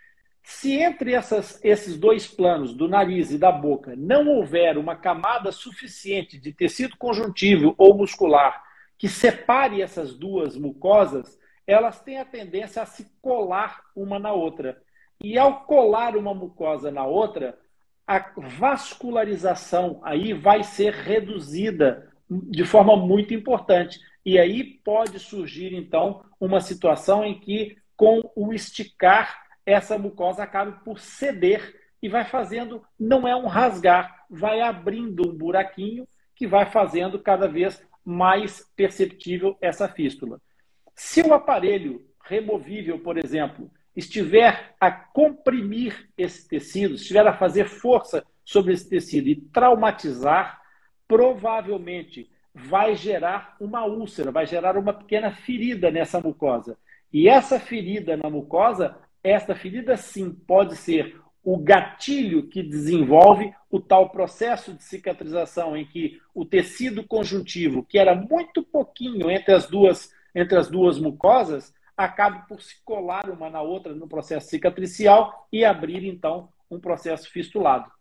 Se entre esses 2 planos, do nariz e da boca, não houver uma camada suficiente de tecido conjuntivo ou muscular que separe essas 2 mucosas, elas têm a tendência a se colar uma na outra. E ao colar uma mucosa na outra, a vascularização aí vai ser reduzida de forma muito importante. E aí pode surgir, então, uma situação em que, com o esticar, essa mucosa acaba por ceder e vai fazendo, não é um rasgar, vai abrindo um buraquinho que vai fazendo cada vez mais perceptível essa fístula. Se o aparelho removível, por exemplo, estiver a comprimir esse tecido, estiver a fazer força sobre esse tecido e traumatizar, provavelmente vai gerar uma úlcera, vai gerar uma pequena ferida nessa mucosa. E essa ferida na mucosa, esta ferida sim pode ser o gatilho que desenvolve o tal processo de cicatrização em que o tecido conjuntivo, que era muito pouquinho entre as duas mucosas, acaba por se colar uma na outra no processo cicatricial e abrir, então, um processo fistulado.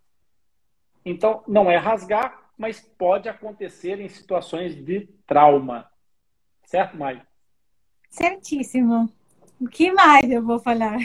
Então, não é rasgar, mas pode acontecer em situações de trauma. Certo, Mai? Certíssimo. O que mais eu vou falar?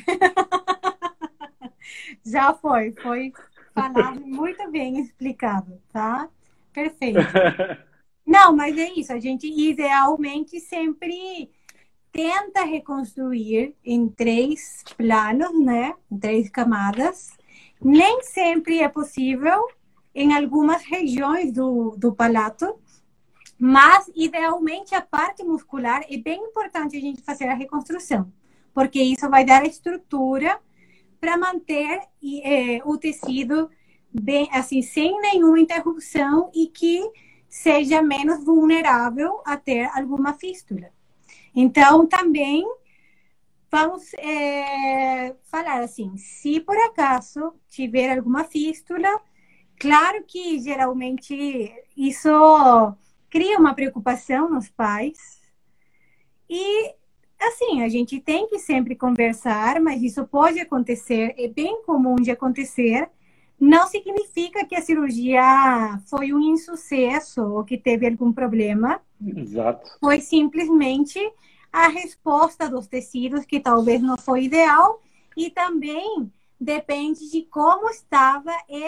Já foi falado muito bem explicado, tá? Perfeito. Não, mas é isso. A gente idealmente sempre tenta reconstruir em 3 planos, né? Em 3 camadas. Nem sempre é possível em algumas regiões do palato, mas idealmente a parte muscular é bem importante a gente fazer a reconstrução, porque isso vai dar estrutura para manter o tecido bem, assim, sem nenhuma interrupção e que seja menos vulnerável a ter alguma fístula. Então, também vamos falar assim, se por acaso tiver alguma fístula, claro que geralmente isso cria uma preocupação nos pais e assim, a gente tem que sempre conversar, mas isso pode acontecer, é bem comum de acontecer. Não significa que a cirurgia foi um insucesso ou que teve algum problema. Exato. Foi simplesmente a resposta dos tecidos que talvez não foi ideal e também depende de como estava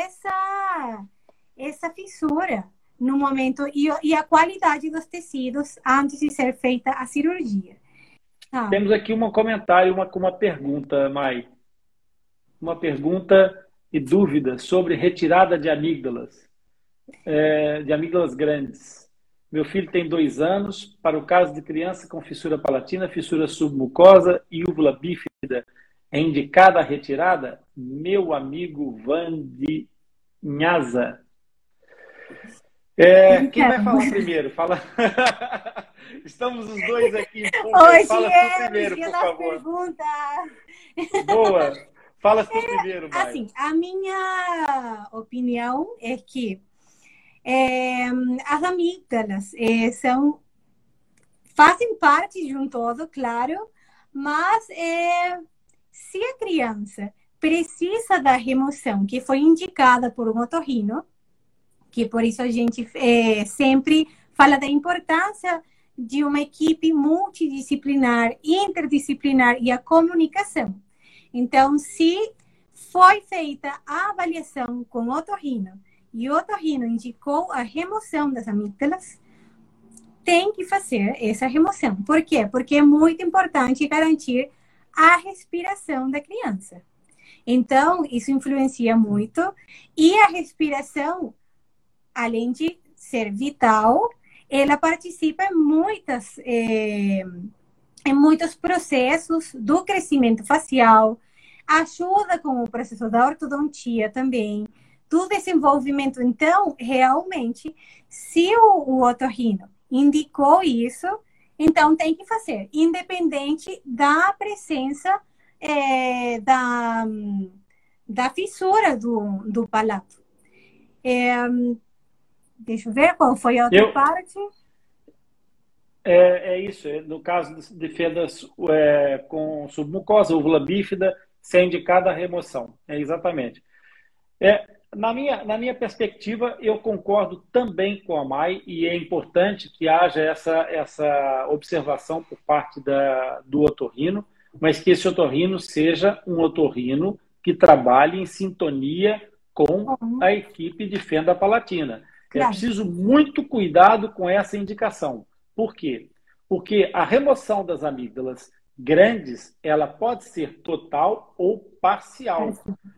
essa fissura no momento e a qualidade dos tecidos antes de ser feita a cirurgia. Temos aqui um comentário, uma pergunta, Mai. Uma pergunta e dúvida sobre retirada de amígdalas grandes. Meu filho tem 2 anos. Para o caso de criança com fissura palatina, fissura submucosa e úvula bífida, é indicada a retirada? Meu amigo Vandi Nhaza. Quem vai falar primeiro? Fala. Estamos os dois aqui. Hoje fala tu primeiro, por favor. Perguntas. Boa. Fala tu primeiro, Mai. Assim, a minha opinião é que as amígdalas fazem parte de um todo, claro, mas se a criança precisa da remoção que foi indicada por um otorrino, que por isso a gente sempre fala da importância de uma equipe multidisciplinar, interdisciplinar e a comunicação. Então, se foi feita a avaliação com o otorrino e o otorrino indicou a remoção das amígdalas, tem que fazer essa remoção. Por quê? Porque é muito importante garantir a respiração da criança. Então, isso influencia muito. E a respiração, além de ser vital, ela participa em muitos processos do crescimento facial, ajuda com o processo da ortodontia também, do desenvolvimento. Então, realmente, se o otorrino indicou isso, então tem que fazer, independente da presença da fissura do palato. Deixa eu ver qual foi a outra parte. É isso. No caso de fendas com submucosa, úvula bífida, ser indicada a remoção. Exatamente. Na minha perspectiva, eu concordo também com a Mai, e é importante que haja essa observação por parte do otorrino, mas que esse otorrino seja um otorrino que trabalhe em sintonia com a equipe de fenda palatina. É preciso muito cuidado com essa indicação. Por quê? Porque a remoção das amígdalas grandes, ela pode ser total ou parcial.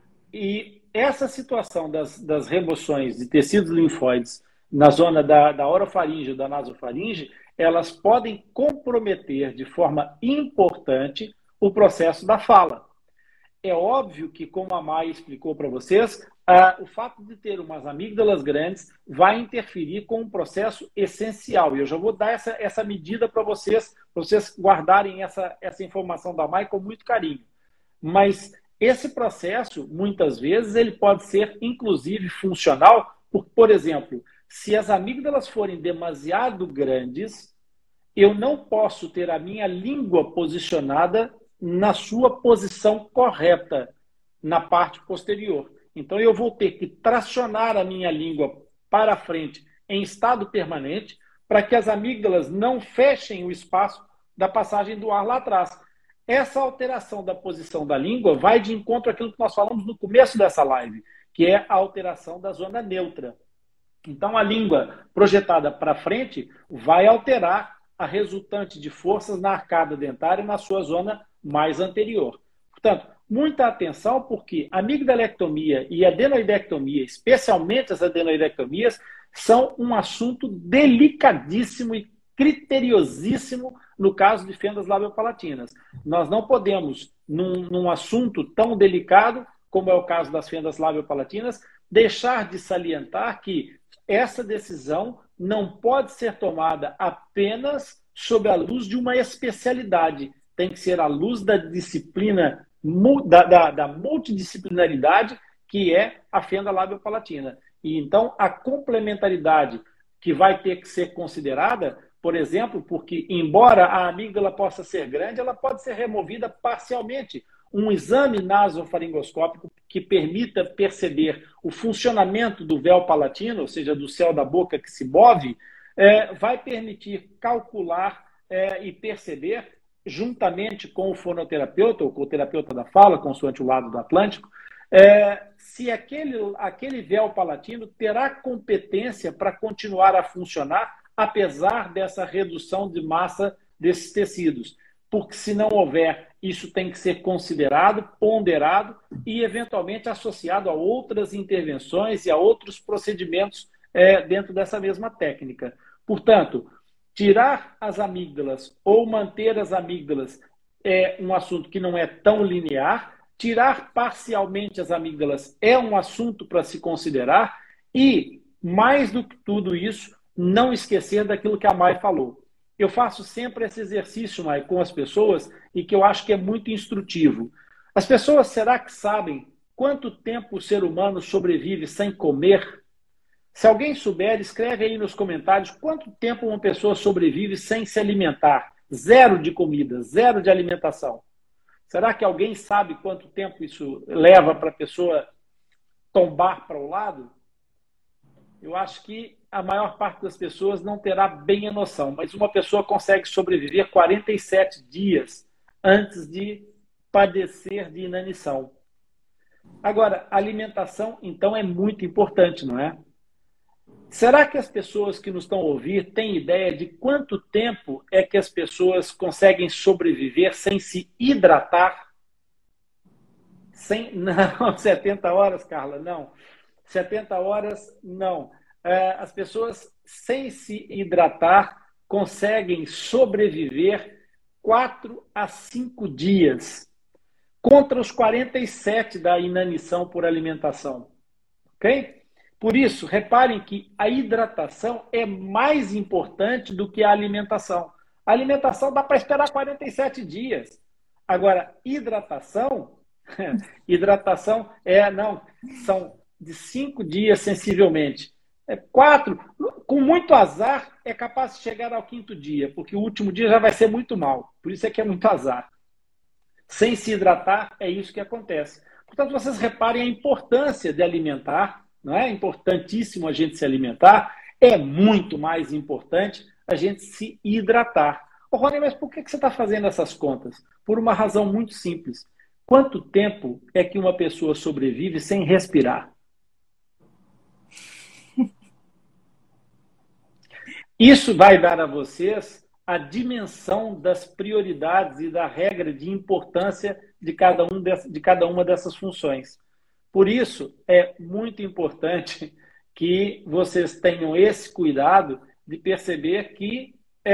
E essa situação das remoções de tecidos linfóides na zona da orofaringe ou da nasofaringe, elas podem comprometer de forma importante o processo da fala. É óbvio que, como a Mai explicou para vocês, o fato de ter umas amígdalas grandes vai interferir com um processo essencial. E eu já vou dar essa medida para vocês guardarem essa informação da Mai com muito carinho. Mas esse processo, muitas vezes, ele pode ser, inclusive, funcional, por exemplo, se as amígdalas forem demasiado grandes, eu não posso ter a minha língua posicionada na sua posição correta, na parte posterior. Então, eu vou ter que tracionar a minha língua para frente em estado permanente para que as amígdalas não fechem o espaço da passagem do ar lá atrás. Essa alteração da posição da língua vai de encontro àquilo que nós falamos no começo dessa live, que é a alteração da zona neutra. Então, a língua projetada para frente vai alterar a resultante de forças na arcada dentária na sua zona mais anterior. Portanto, muita atenção, porque a amigdalectomia e a adenoidectomia, especialmente as adenoidectomias, são um assunto delicadíssimo e criteriosíssimo no caso de fendas labiopalatinas. Nós não podemos, num assunto tão delicado, como é o caso das fendas labiopalatinas, deixar de salientar que essa decisão não pode ser tomada apenas sob a luz de uma especialidade. Tem que ser à luz da disciplina, da multidisciplinaridade, que é a fenda labiopalatina. E então a complementaridade que vai ter que ser considerada, por exemplo, porque embora a amígdala possa ser grande, ela pode ser removida parcialmente. Um exame nasofaringoscópico que permita perceber o funcionamento do véu palatino, ou seja, do céu da boca que se move, vai permitir calcular e perceber juntamente com o fonoterapeuta, ou com o terapeuta da fala, consoante o lado do Atlântico, se aquele véu palatino terá competência para continuar a funcionar, apesar dessa redução de massa desses tecidos. Porque se não houver, isso tem que ser considerado, ponderado e eventualmente associado a outras intervenções e a outros procedimentos dentro dessa mesma técnica. Portanto, tirar as amígdalas ou manter as amígdalas é um assunto que não é tão linear. Tirar parcialmente as amígdalas é um assunto para se considerar e, mais do que tudo isso, não esquecer daquilo que a Mai falou. Eu faço sempre esse exercício, Mai, com as pessoas e que eu acho que é muito instrutivo. As pessoas, será que sabem quanto tempo o ser humano sobrevive sem comer? Se alguém souber, escreve aí nos comentários quanto tempo uma pessoa sobrevive sem se alimentar. Zero de comida, zero de alimentação. Será que alguém sabe quanto tempo isso leva para a pessoa tombar para o lado? Eu acho que a maior parte das pessoas não terá bem a noção, mas uma pessoa consegue sobreviver 47 dias antes de padecer de inanição. Agora, a alimentação, então, é muito importante, não é? Será que as pessoas que nos estão a ouvir têm ideia de quanto tempo é que as pessoas conseguem sobreviver sem se hidratar? Não, 70 horas, Carla, não. 70 horas, não. As pessoas, sem se hidratar, conseguem sobreviver 4 a 5 dias, contra os 47 da inanição por alimentação. Ok? Por isso, reparem que a hidratação é mais importante do que a alimentação. A alimentação dá para esperar 47 dias. Agora, hidratação são de 5 dias sensivelmente. 4, com muito azar, é capaz de chegar ao 5º dia, porque o último dia já vai ser muito mal. Por isso é que é muito azar. Sem se hidratar, é isso que acontece. Portanto, vocês reparem a importância de alimentar. Não é importantíssimo a gente se alimentar, é muito mais importante a gente se hidratar. Ô, Rony, mas por que você está fazendo essas contas? Por uma razão muito simples. Quanto tempo é que uma pessoa sobrevive sem respirar? Isso vai dar a vocês a dimensão das prioridades e da regra de importância de cada uma dessas funções. Por isso, é muito importante que vocês tenham esse cuidado de perceber que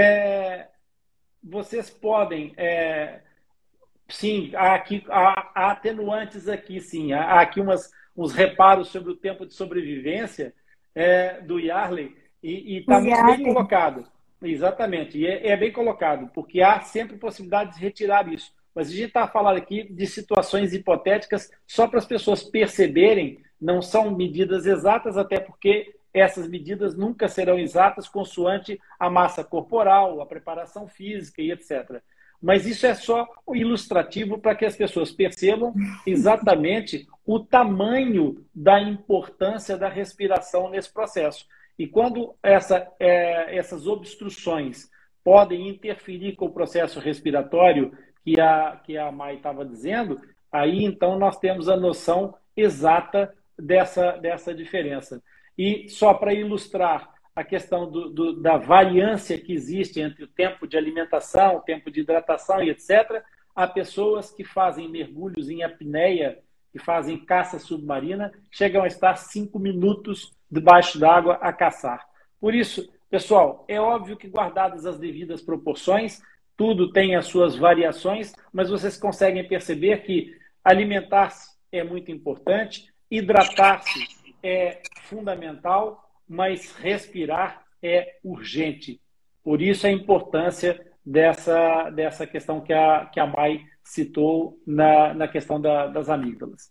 vocês podem... sim, há atenuantes aqui, sim. Há aqui uns reparos sobre o tempo de sobrevivência do Yarley e está muito bem colocado. Exatamente, e é bem colocado, porque há sempre possibilidade de retirar isso. Mas a gente está falando aqui de situações hipotéticas só para as pessoas perceberem, não são medidas exatas, até porque essas medidas nunca serão exatas consoante a massa corporal, a preparação física e etc. Mas isso é só ilustrativo para que as pessoas percebam exatamente o tamanho da importância da respiração nesse processo. E quando essas obstruções podem interferir com o processo respiratório que a Mai estava dizendo, aí então nós temos a noção exata dessa diferença. E só para ilustrar a questão da variância que existe entre o tempo de alimentação, o tempo de hidratação e etc., há pessoas que fazem mergulhos em apneia, que fazem caça submarina, chegam a estar 5 minutos debaixo d'água a caçar. Por isso, pessoal, é óbvio que guardadas as devidas proporções, tudo tem as suas variações, mas vocês conseguem perceber que alimentar-se é muito importante, hidratar-se é fundamental, mas respirar é urgente. Por isso a importância dessa questão que a Mai citou na questão das amígdalas.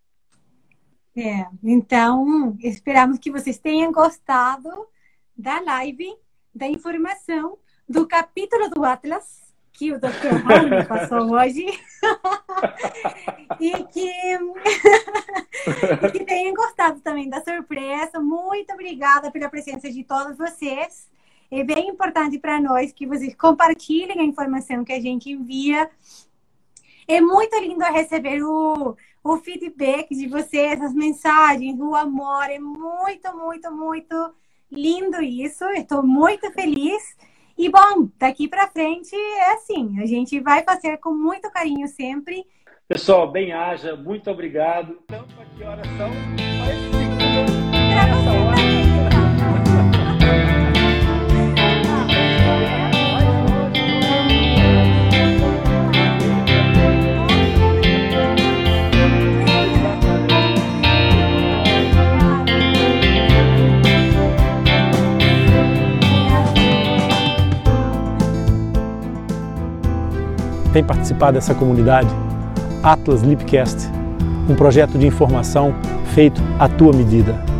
Então, esperamos que vocês tenham gostado da live, da informação, do capítulo do Atlas que o Dr. Rony passou hoje e que tenham gostado também da surpresa. Muito obrigada pela presença de todos vocês É bem importante para nós que vocês compartilhem a informação que a gente envia. É muito lindo receber o feedback de vocês, as mensagens, o amor. É muito, muito, muito lindo isso. Estou muito feliz. E, bom, daqui para frente é assim. A gente vai fazer com muito carinho sempre. Pessoal, bem-haja. Muito obrigado. Então, que horas são? Para você também. Vem participar dessa comunidade Atlas Lipcast, um projeto de informação feito à tua medida.